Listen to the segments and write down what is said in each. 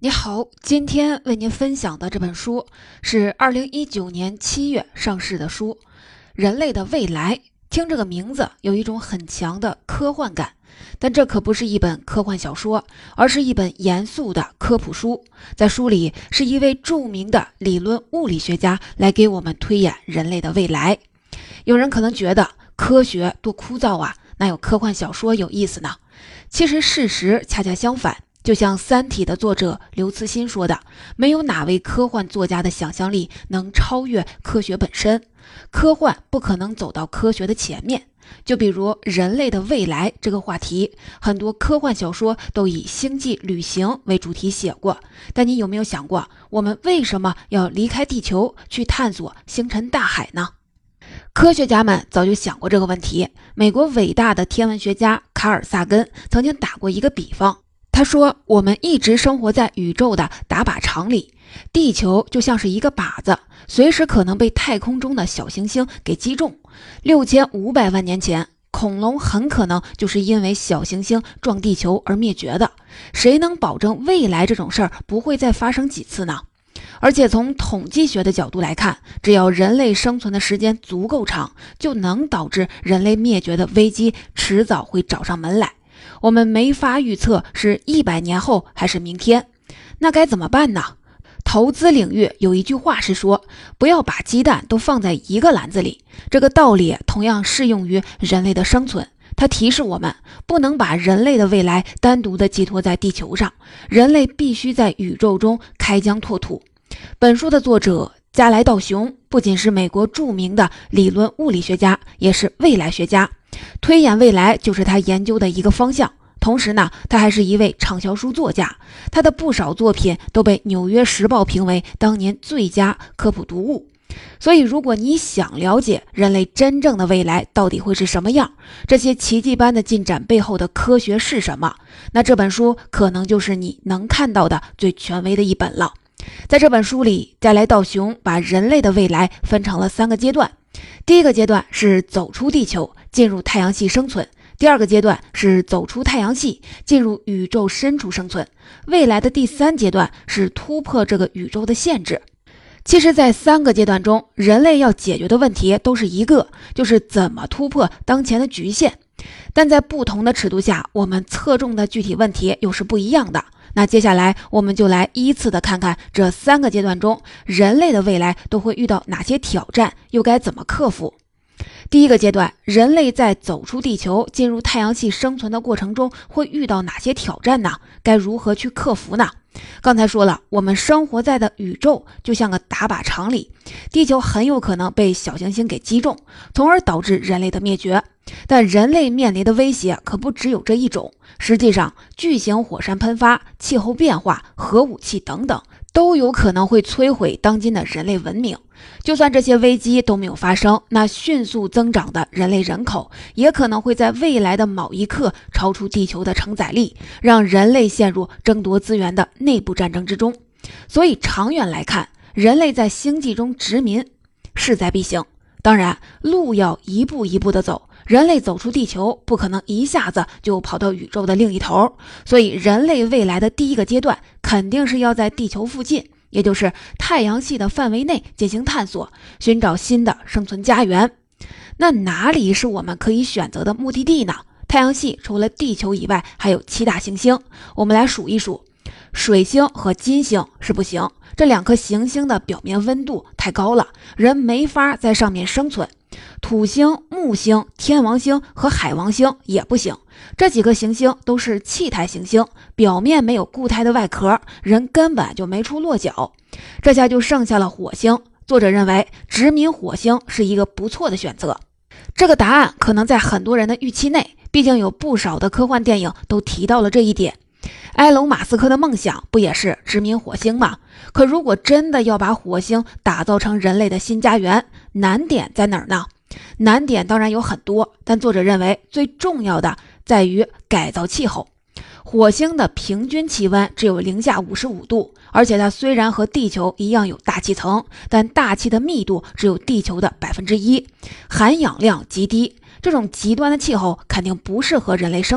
你好，今天为您分享的这本书是2019年7月上市的书《人类的未来》。听这个名字有一种很强的科幻感，但这可不是一本科幻小说，而是一本严肃的科普书。在书里是一位著名的理论物理学家来给我们推演人类的未来。有人可能觉得科学多枯燥啊，哪有科幻小说有意思呢？其实事实恰恰相反。就像《三体》的作者刘慈欣说的，没有哪位科幻作家的想象力能超越科学本身，科幻不可能走到科学的前面。就比如人类的未来这个话题，很多科幻小说都以星际旅行为主题写过，但你有没有想过，我们为什么要离开地球去探索星辰大海呢？科学家们早就想过这个问题。美国伟大的天文学家卡尔萨根曾经打过一个比方，他说，我们一直生活在宇宙的打靶场里，地球就像是一个靶子，随时可能被太空中的小行星给击中。6500万年前，恐龙很可能就是因为小行星撞地球而灭绝的。谁能保证未来这种事儿不会再发生几次呢？而且从统计学的角度来看，只要人类生存的时间足够长，就能导致人类灭绝的危机迟早会找上门来。我们没法预测是100年后还是明天，那该怎么办呢？投资领域有一句话是说，不要把鸡蛋都放在一个篮子里，这个道理同样适用于人类的生存。它提示我们，不能把人类的未来单独的寄托在地球上，人类必须在宇宙中开疆拓土。本书的作者加莱道雄不仅是美国著名的理论物理学家，也是未来学家，推演未来就是他研究的一个方向。同时呢，他还是一位畅销书作家，他的不少作品都被《纽约时报》评为当年最佳科普读物。所以如果你想了解人类真正的未来到底会是什么样，这些奇迹般的进展背后的科学是什么，那这本书可能就是你能看到的最权威的一本了。在这本书里，加莱道雄把人类的未来分成了3个阶段。第一个阶段是走出地球，进入太阳系生存。第二个阶段是走出太阳系，进入宇宙深处生存。未来的第3阶段是突破这个宇宙的限制。其实在3个阶段中，人类要解决的问题都是一个，就是怎么突破当前的局限。但在不同的尺度下，我们侧重的具体问题又是不一样的。那接下来我们就来依次的看看这3个阶段中，人类的未来都会遇到哪些挑战，又该怎么克服。第一个阶段，人类在走出地球进入太阳系生存的过程中会遇到哪些挑战呢？该如何去克服呢？刚才说了，我们生活在的宇宙就像个打靶场里，地球很有可能被小行星给击中，从而导致人类的灭绝。但人类面临的威胁可不只有这一种，实际上巨型火山喷发、气候变化、核武器等等都有可能会摧毁当今的人类文明。就算这些危机都没有发生，那迅速增长的人类人口也可能会在未来的某一刻超出地球的承载力，让人类陷入争夺资源的内部战争之中。所以长远来看，人类在星际中殖民势在必行。当然，路要一步一步的走，人类走出地球不可能一下子就跑到宇宙的另一头，所以人类未来的第一个阶段肯定是要在地球附近，也就是太阳系的范围内进行探索，寻找新的生存家园。那哪里是我们可以选择的目的地呢？太阳系除了地球以外还有7大行星，我们来数一数。水星和金星是不行，这2颗行星的表面温度太高了，人没法在上面生存。土星、木星、天王星和海王星也不行，这几个行星都是气态行星，表面没有固态的外壳，人根本就没处落脚。这下就剩下了火星，作者认为殖民火星是一个不错的选择。这个答案可能在很多人的预期内，毕竟有不少的科幻电影都提到了这一点。埃隆·马斯克的梦想不也是殖民火星吗？可如果真的要把火星打造成人类的新家园，难点在哪儿呢？难点当然有很多，但作者认为最重要的在于改造气候。火星的平均气温只有零下55度，而且它虽然和地球一样有大气层，但大气的密度只有地球的1%，含氧量极低。这种极端的气候肯定不适合人类生存。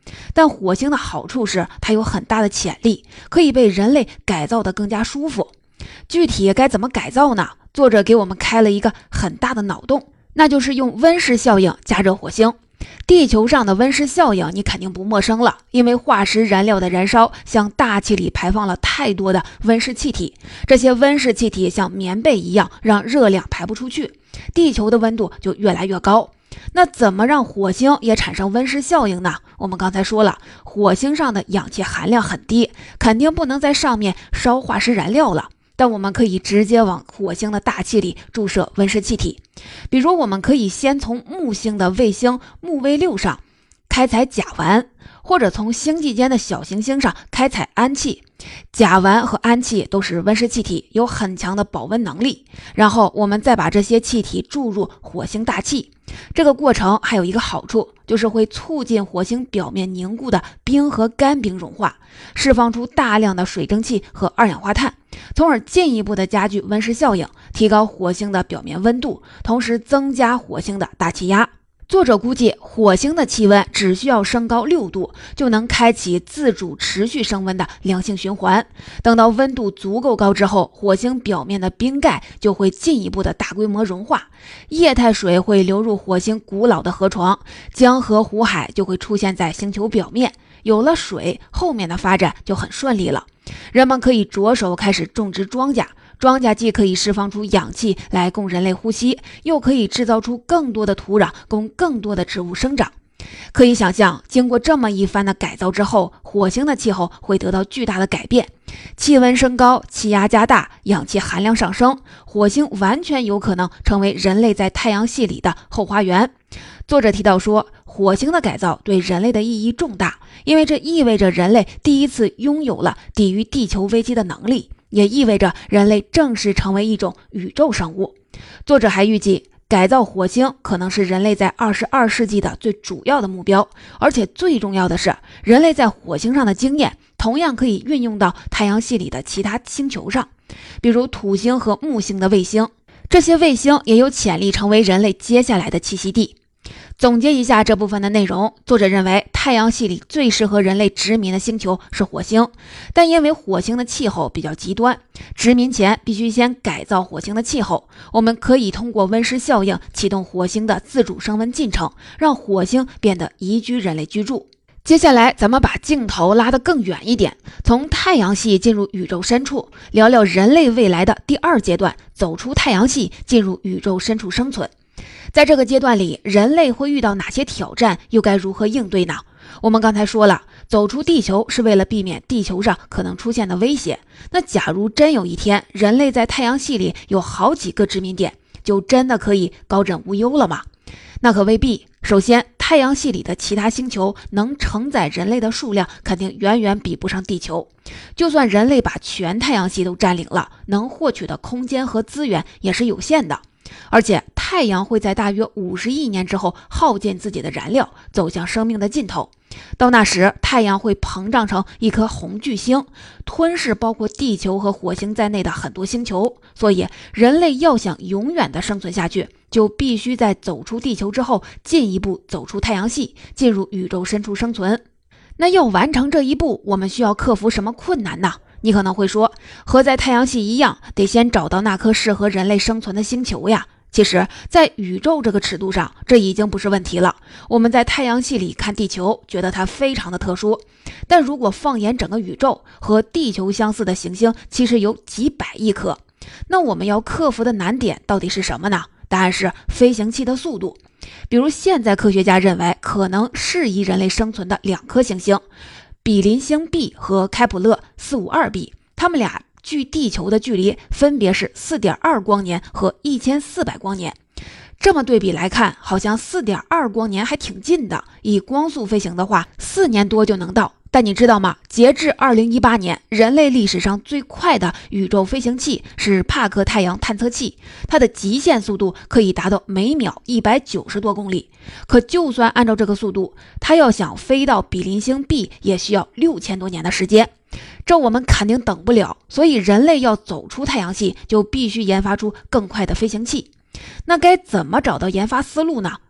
但火星的好处是它有很大的潜力，可以被人类改造得更加舒服。具体该怎么改造呢？作者给我们开了一个很大的脑洞，那就是用温室效应加热火星。地球上的温室效应你肯定不陌生了，因为化石燃料的燃烧向大气里排放了太多的温室气体，这些温室气体像棉被一样让热量排不出去，地球的温度就越来越高。那怎么让火星也产生温室效应呢？我们刚才说了，火星上的氧气含量很低，肯定不能在上面烧化石燃料了。但我们可以直接往火星的大气里注射温室气体，比如我们可以先从木星的卫星木卫六上开采甲烷，或者从星际间的小行星上开采氨气。甲烷和氨气都是温室气体，有很强的保温能力。然后我们再把这些气体注入火星大气。这个过程还有一个好处，就是会促进火星表面凝固的冰和干冰融化，释放出大量的水蒸气和二氧化碳，从而进一步的加剧温室效应，提高火星的表面温度，同时增加火星的大气压。作者估计，火星的气温只需要升高6度，就能开启自主持续升温的良性循环。等到温度足够高之后，火星表面的冰盖就会进一步的大规模融化，液态水会流入火星古老的河床，江河湖海就会出现在星球表面。有了水，后面的发展就很顺利了。人们可以着手开始种植庄稼，庄稼既可以释放出氧气来供人类呼吸，又可以制造出更多的土壤供更多的植物生长。可以想象，经过这么一番的改造之后，火星的气候会得到巨大的改变，气温升高，气压加大，氧气含量上升，火星完全有可能成为人类在太阳系里的后花园。作者提到说，火星的改造对人类的意义重大，因为这意味着人类第一次拥有了抵御地球危机的能力，也意味着人类正式成为一种宇宙生物。作者还预计，改造火星可能是人类在22世纪的最主要的目标，而且最重要的是，人类在火星上的经验同样可以运用到太阳系里的其他星球上，比如土星和木星的卫星，这些卫星也有潜力成为人类接下来的栖息地。总结一下这部分的内容，作者认为太阳系里最适合人类殖民的星球是火星，但因为火星的气候比较极端，殖民前必须先改造火星的气候。我们可以通过温室效应启动火星的自主升温进程，让火星变得宜居人类居住。接下来咱们把镜头拉得更远一点，从太阳系进入宇宙深处，聊聊人类未来的第2阶段，走出太阳系进入宇宙深处生存。在这个阶段里，人类会遇到哪些挑战，又该如何应对呢？我们刚才说了，走出地球是为了避免地球上可能出现的威胁。那假如真有一天，人类在太阳系里有好几个殖民点，就真的可以高枕无忧了吗？那可未必。首先，太阳系里的其他星球能承载人类的数量肯定远远比不上地球。就算人类把全太阳系都占领了，能获取的空间和资源也是有限的。而且太阳会在大约50亿年之后耗尽自己的燃料，走向生命的尽头。到那时，太阳会膨胀成一颗红巨星，吞噬包括地球和火星在内的很多星球。所以人类要想永远的生存下去，就必须在走出地球之后进一步走出太阳系，进入宇宙深处生存。那要完成这一步，我们需要克服什么困难呢？你可能会说，和在太阳系一样，得先找到那颗适合人类生存的星球呀。其实在宇宙这个尺度上，这已经不是问题了。我们在太阳系里看地球，觉得它非常的特殊，但如果放眼整个宇宙，和地球相似的行星其实有几百亿颗。那我们要克服的难点到底是什么呢？答案是飞行器的速度。比如现在科学家认为可能适宜人类生存的2颗行星，比邻星 B 和开普勒 452b， 它们俩距地球的距离分别是 4.2 光年和1400光年。这么对比来看，好像 4.2 光年还挺近的，以光速飞行的话4年多就能到。但你知道吗？截至2018年，人类历史上最快的宇宙飞行器是帕克太阳探测器，它的极限速度可以达到每秒190多公里。可就算按照这个速度，它要想飞到比邻星 B 也需要6000多年的时间。这我们肯定等不了，所以人类要走出太阳系，就必须研发出更快的飞行器。那该怎么找到研发思路呢？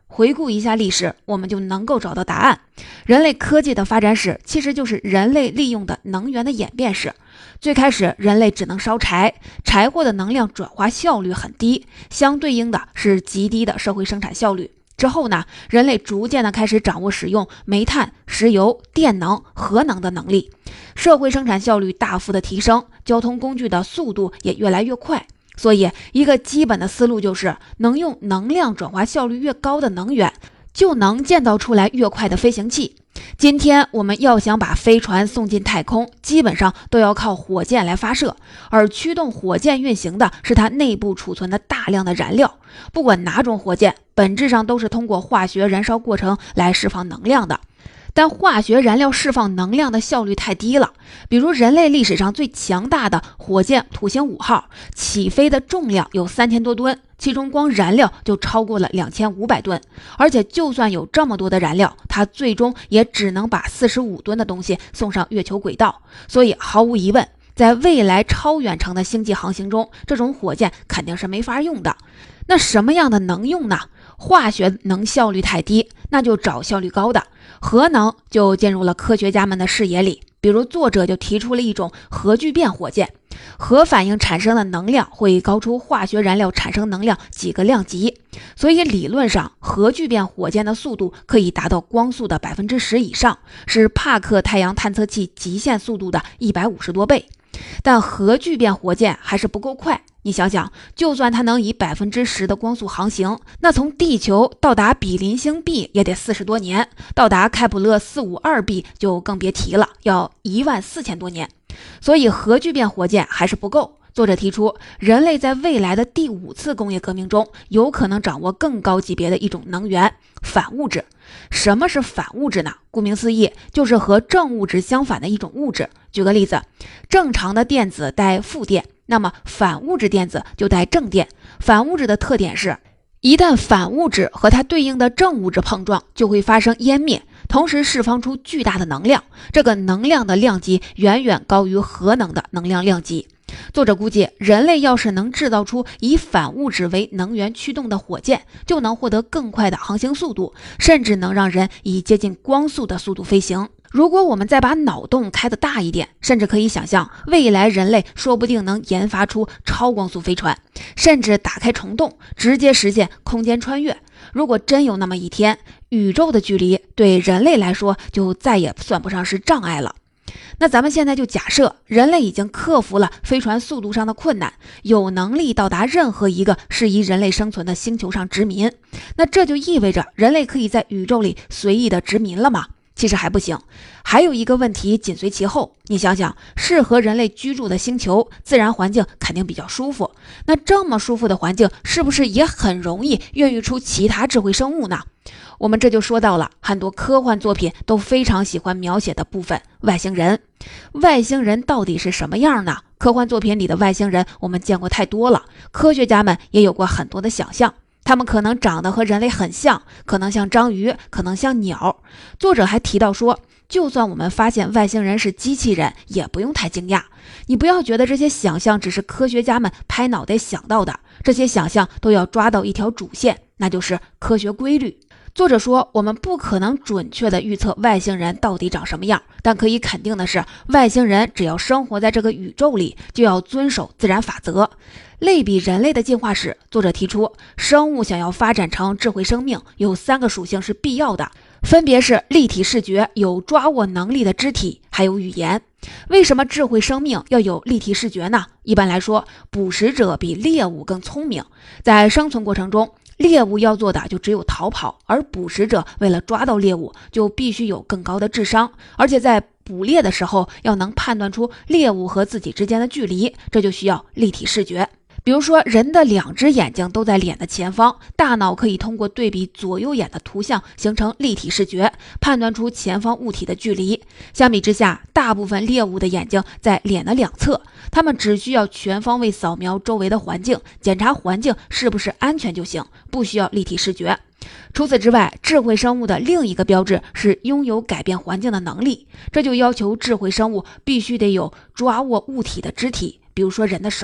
回顾一下历史，我们就能够找到答案。人类科技的发展史其实就是人类利用的能源的演变史。最开始人类只能烧柴，柴火的能量转化效率很低，相对应的是极低的社会生产效率。之后呢，人类逐渐的开始掌握使用煤炭、石油、电能、核能的能力，社会生产效率大幅的提升，交通工具的速度也越来越快。所以一个基本的思路就是，能用能量转化效率越高的能源，就能建造出来越快的飞行器。今天我们要想把飞船送进太空，基本上都要靠火箭来发射，而驱动火箭运行的是它内部储存的大量的燃料。不管哪种火箭，本质上都是通过化学燃烧过程来释放能量的。但化学燃料释放能量的效率太低了，比如人类历史上最强大的火箭土星5号起飞的重量有3000多吨，其中光燃料就超过了2500吨，而且就算有这么多的燃料，它最终也只能把45吨的东西送上月球轨道。所以毫无疑问，在未来超远程的星际航行中，这种火箭肯定是没法用的。那什么样的能用呢？化学能效率太低，那就找效率高的。核能就进入了科学家们的视野里，比如作者就提出了一种核聚变火箭，核反应产生的能量会高出化学燃料产生能量几个量级，所以理论上核聚变火箭的速度可以达到光速的 10% 以上，是帕克太阳探测器极限速度的150多倍。但核聚变火箭还是不够快，你想想，就算它能以 10% 的光速航行，那从地球到达比邻星 B 也得40多年，到达开普勒 452b 就更别提了，要14000多年。所以核聚变火箭还是不够。作者提出，人类在未来的第5次工业革命中，有可能掌握更高级别的一种能源——反物质。什么是反物质呢？顾名思义，就是和正物质相反的一种物质。举个例子，正常的电子带负电，那么反物质电子就带正电。反物质的特点是，一旦反物质和它对应的正物质碰撞，就会发生湮灭，同时释放出巨大的能量，这个能量的量级远远高于核能的能量量级。作者估计，人类要是能制造出以反物质为能源驱动的火箭，就能获得更快的航行速度，甚至能让人以接近光速的速度飞行。如果我们再把脑洞开得大一点，甚至可以想象，未来人类说不定能研发出超光速飞船，甚至打开虫洞，直接实现空间穿越。如果真有那么一天，宇宙的距离对人类来说就再也算不上是障碍了。那咱们现在就假设人类已经克服了飞船速度上的困难，有能力到达任何一个适宜人类生存的星球上殖民，那这就意味着人类可以在宇宙里随意的殖民了吗？其实还不行，还有一个问题紧随其后。你想想，适合人类居住的星球，自然环境肯定比较舒服，那这么舒服的环境，是不是也很容易孕育出其他智慧生物呢？我们这就说到了很多科幻作品都非常喜欢描写的部分——外星人。外星人到底是什么样呢？科幻作品里的外星人我们见过太多了，科学家们也有过很多的想象。他们可能长得和人类很像，可能像章鱼，可能像鸟。作者还提到说，就算我们发现外星人是机器人，也不用太惊讶。你不要觉得这些想象只是科学家们拍脑袋想到的，这些想象都要抓到一条主线，那就是科学规律。作者说，我们不可能准确地预测外星人到底长什么样，但可以肯定的是，外星人只要生活在这个宇宙里，就要遵守自然法则。类比人类的进化史，作者提出，生物想要发展成智慧生命，有3个属性是必要的，分别是立体视觉、有抓握能力的肢体，还有语言。为什么智慧生命要有立体视觉呢？一般来说，捕食者比猎物更聪明，在生存过程中，猎物要做的就只有逃跑，而捕食者为了抓到猎物，就必须有更高的智商，而且在捕猎的时候要能判断出猎物和自己之间的距离，这就需要立体视觉。比如说，人的2只眼睛都在脸的前方，大脑可以通过对比左右眼的图像形成立体视觉，判断出前方物体的距离。相比之下，大部分猎物的眼睛在脸的2侧，它们只需要全方位扫描周围的环境，检查环境是不是安全就行，不需要立体视觉。除此之外，智慧生物的另一个标志是拥有改变环境的能力，这就要求智慧生物必须得有抓握物体的肢体，比如说人的手。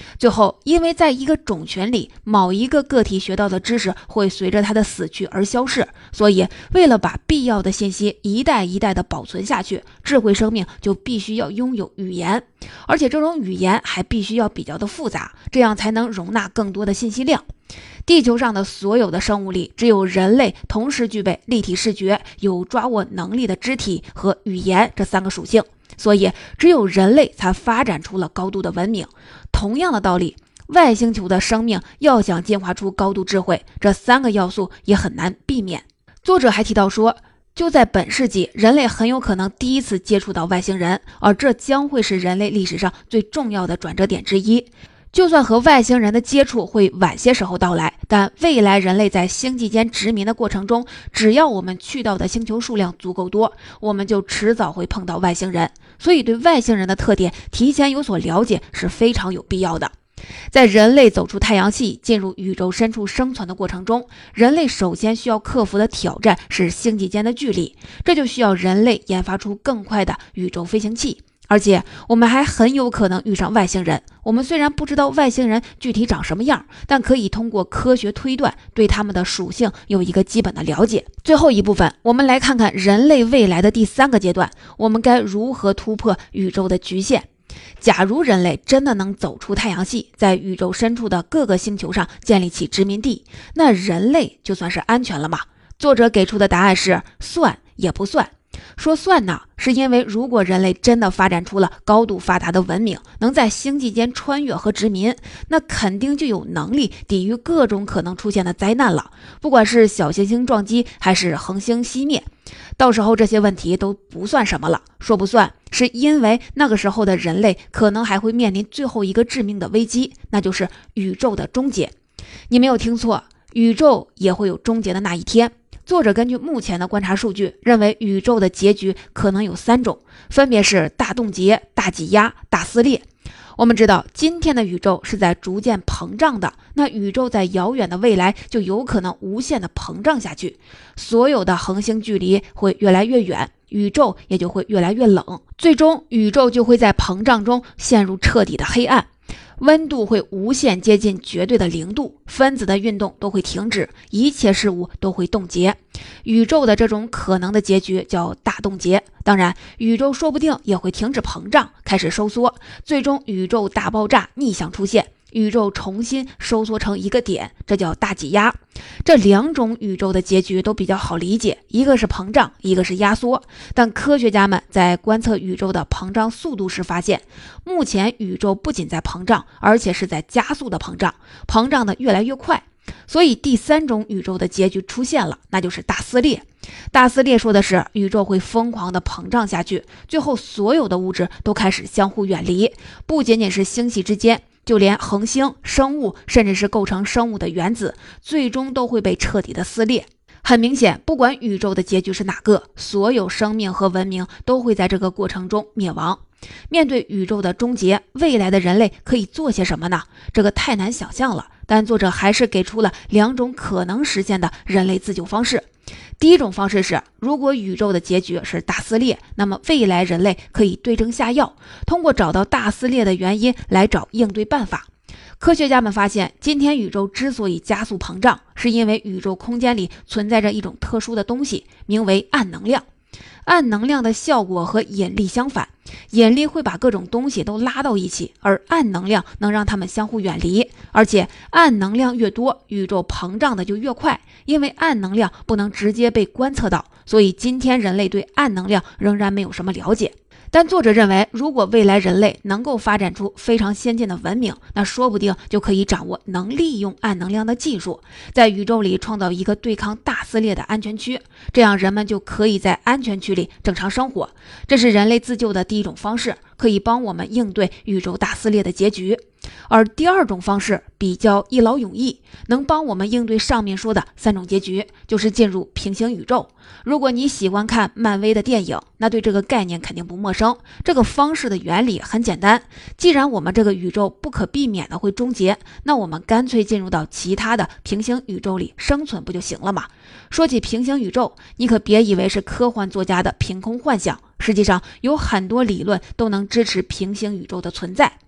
最后，因为在一个种群里，某一个个体学到的知识会随着它的死去而消逝，所以为了把必要的信息一代一代的保存下去，智慧生命就必须要拥有语言，而且这种语言还必须要比较的复杂，这样才能容纳更多的信息量。地球上的所有的生物里，只有人类同时具备立体视觉、有抓握能力的肢体和语言这3个属性，所以只有人类才发展出了高度的文明。同样的道理，外星球的生命要想进化出高度智慧，这3个要素也很难避免。作者还提到说，就在本世纪，人类很有可能第一次接触到外星人，而这将会是人类历史上最重要的转折点之一。就算和外星人的接触会晚些时候到来，但未来人类在星际间殖民的过程中，只要我们去到的星球数量足够多，我们就迟早会碰到外星人。所以对外星人的特点提前有所了解是非常有必要的。在人类走出太阳系，进入宇宙深处生存的过程中，人类首先需要克服的挑战是星际间的距离，这就需要人类研发出更快的宇宙飞行器。而且我们还很有可能遇上外星人，我们虽然不知道外星人具体长什么样，但可以通过科学推断对他们的属性有一个基本的了解。最后一部分，我们来看看人类未来的第3个阶段，我们该如何突破宇宙的局限。假如人类真的能走出太阳系，在宇宙深处的各个星球上建立起殖民地，那人类就算是安全了吗？作者给出的答案是算也不算。说算呢，是因为如果人类真的发展出了高度发达的文明，能在星际间穿越和殖民，那肯定就有能力抵御各种可能出现的灾难了，不管是小行星撞击还是恒星熄灭，到时候这些问题都不算什么了。说不算，是因为那个时候的人类可能还会面临最后一个致命的危机，那就是宇宙的终结。你没有听错，宇宙也会有终结的那一天。作者根据目前的观察数据，认为宇宙的结局可能有3种，分别是大冻结、大挤压、大撕裂。我们知道今天的宇宙是在逐渐膨胀的，那宇宙在遥远的未来就有可能无限的膨胀下去，所有的恒星距离会越来越远，宇宙也就会越来越冷，最终宇宙就会在膨胀中陷入彻底的黑暗，温度会无限接近绝对的0度，分子的运动都会停止，一切事物都会冻结。宇宙的这种可能的结局叫大冻结。当然，宇宙说不定也会停止膨胀，开始收缩，最终宇宙大爆炸逆向出现，宇宙重新收缩成一个点，这叫大挤压。这2种宇宙的结局都比较好理解，一个是膨胀，一个是压缩。但科学家们在观测宇宙的膨胀速度时发现，目前宇宙不仅在膨胀，而且是在加速的膨胀，膨胀的越来越快。所以第3种宇宙的结局出现了，那就是大撕裂。大撕裂说的是宇宙会疯狂的膨胀下去，最后所有的物质都开始相互远离，不仅仅是星系之间，就连恒星、生物，甚至是构成生物的原子，最终都会被彻底的撕裂。很明显，不管宇宙的结局是哪个，所有生命和文明都会在这个过程中灭亡。面对宇宙的终结，未来的人类可以做些什么呢？这个太难想象了，但作者还是给出了2种可能实现的人类自救方式。第一种方式是，如果宇宙的结局是大撕裂，那么未来人类可以对症下药，通过找到大撕裂的原因来找应对办法。科学家们发现，今天宇宙之所以加速膨胀，是因为宇宙空间里存在着一种特殊的东西，名为暗能量。暗能量的效果和引力相反，引力会把各种东西都拉到一起，而暗能量能让它们相互远离。而且暗能量越多，宇宙膨胀的就越快，因为暗能量不能直接被观测到，所以今天人类对暗能量仍然没有什么了解。但作者认为，如果未来人类能够发展出非常先进的文明，那说不定就可以掌握能利用暗能量的技术，在宇宙里创造一个对抗大撕裂的安全区，这样人们就可以在安全区里正常生活。这是人类自救的第一种方式，可以帮我们应对宇宙大撕裂的结局。而第2种方式比较一劳永逸，能帮我们应对上面说的3种结局，就是进入平行宇宙。如果你喜欢看漫威的电影，那对这个概念肯定不陌生。这个方式的原理很简单，既然我们这个宇宙不可避免的会终结，那我们干脆进入到其他的平行宇宙里生存不就行了吗？说起平行宇宙，你可别以为是科幻作家的凭空幻想，实际上有很多理论都能支持平行宇宙的存在。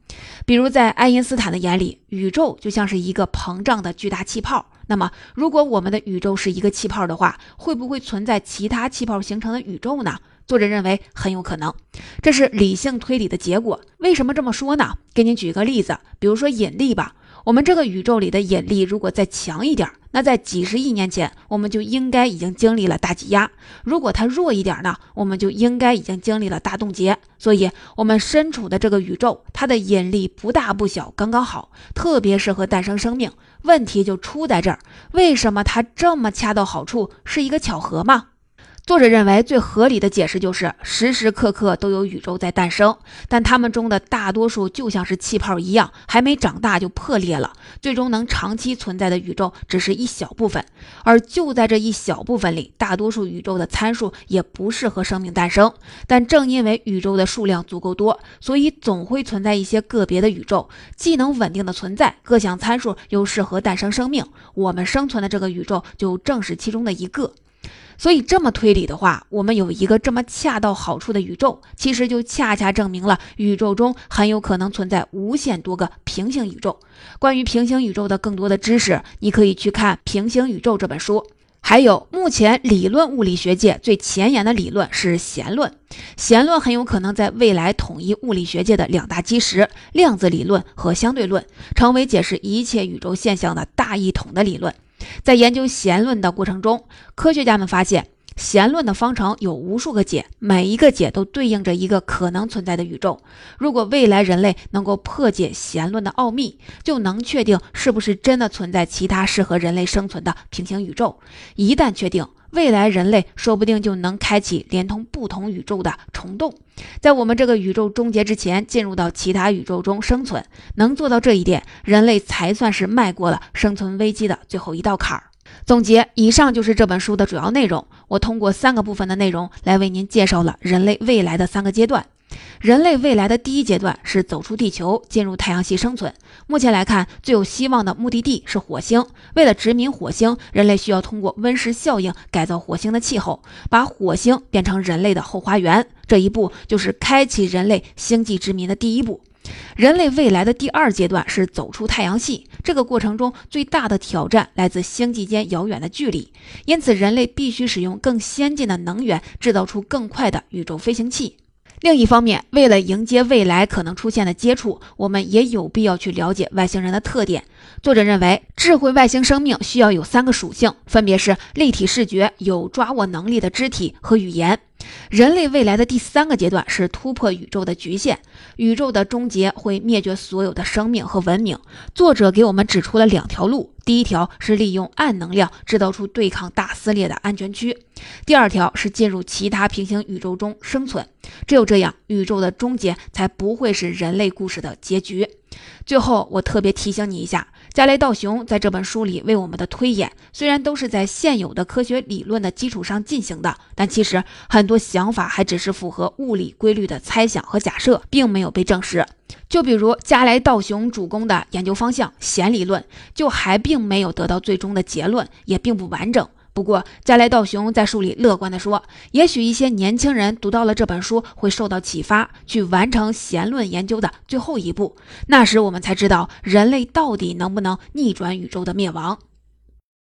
比如在爱因斯坦的眼里，宇宙就像是一个膨胀的巨大气泡。那么，如果我们的宇宙是一个气泡的话，会不会存在其他气泡形成的宇宙呢？作者认为很有可能，这是理性推理的结果。为什么这么说呢？给你举个例子，比如说引力吧。我们这个宇宙里的引力如果再强一点，那在几十亿年前，我们就应该已经经历了大挤压；如果它弱一点呢，我们就应该已经经历了大冻结。所以，我们身处的这个宇宙，它的引力不大不小，刚刚好，特别适合诞生生命。问题就出在这儿，为什么它这么恰到好处？是一个巧合吗？作者认为最合理的解释就是时时刻刻都有宇宙在诞生，但它们中的大多数就像是气泡一样，还没长大就破裂了，最终能长期存在的宇宙只是一小部分。而就在这一小部分里，大多数宇宙的参数也不适合生命诞生，但正因为宇宙的数量足够多，所以总会存在一些个别的宇宙，既能稳定的存在，各项参数又适合诞生生命，我们生存的这个宇宙就正是其中的一个。所以这么推理的话，我们有一个这么恰到好处的宇宙，其实就恰恰证明了宇宙中很有可能存在无限多个平行宇宙。关于平行宇宙的更多的知识，你可以去看《平行宇宙》这本书。还有，目前理论物理学界最前沿的理论是弦论。弦论很有可能在未来统一物理学界的两大基石，量子理论和相对论，成为解释一切宇宙现象的大一统的理论。在研究弦论的过程中，科学家们发现弦论的方程有无数个解，每一个解都对应着一个可能存在的宇宙。如果未来人类能够破解弦论的奥秘，就能确定是不是真的存在其他适合人类生存的平行宇宙。一旦确定，未来人类说不定就能开启连通不同宇宙的虫洞，在我们这个宇宙终结之前进入到其他宇宙中生存。能做到这一点，人类才算是迈过了生存危机的最后一道坎儿。总结，以上就是这本书的主要内容。我通过3个部分的内容来为您介绍了人类未来的3个阶段。人类未来的第一阶段是走出地球，进入太阳系生存。目前来看，最有希望的目的地是火星。为了殖民火星，人类需要通过温室效应改造火星的气候，把火星变成人类的后花园。这一步就是开启人类星际殖民的第一步。人类未来的第2阶段是走出太阳系，这个过程中最大的挑战来自星际间遥远的距离，因此人类必须使用更先进的能源，制造出更快的宇宙飞行器。另一方面，为了迎接未来可能出现的接触，我们也有必要去了解外星人的特点。作者认为，智慧外星生命需要有3个属性，分别是立体视觉、有抓握能力的肢体和语言。人类未来的第3个阶段是突破宇宙的局限，宇宙的终结会灭绝所有的生命和文明。作者给我们指出了2条路，第一条是利用暗能量制造出对抗大撕裂的安全区，第2条是进入其他平行宇宙中生存。只有这样，宇宙的终结才不会是人类故事的结局。最后，我特别提醒你一下，加雷道雄在这本书里为我们的推演，虽然都是在现有的科学理论的基础上进行的，但其实很多想法还只是符合物理规律的猜想和假设，并没有被证实。就比如加莱道雄主攻的研究方向弦理论，就还并没有得到最终的结论，也并不完整。不过加莱道雄在书里乐观地说，也许一些年轻人读到了这本书会受到启发，去完成弦论研究的最后一步，那时我们才知道人类到底能不能逆转宇宙的灭亡。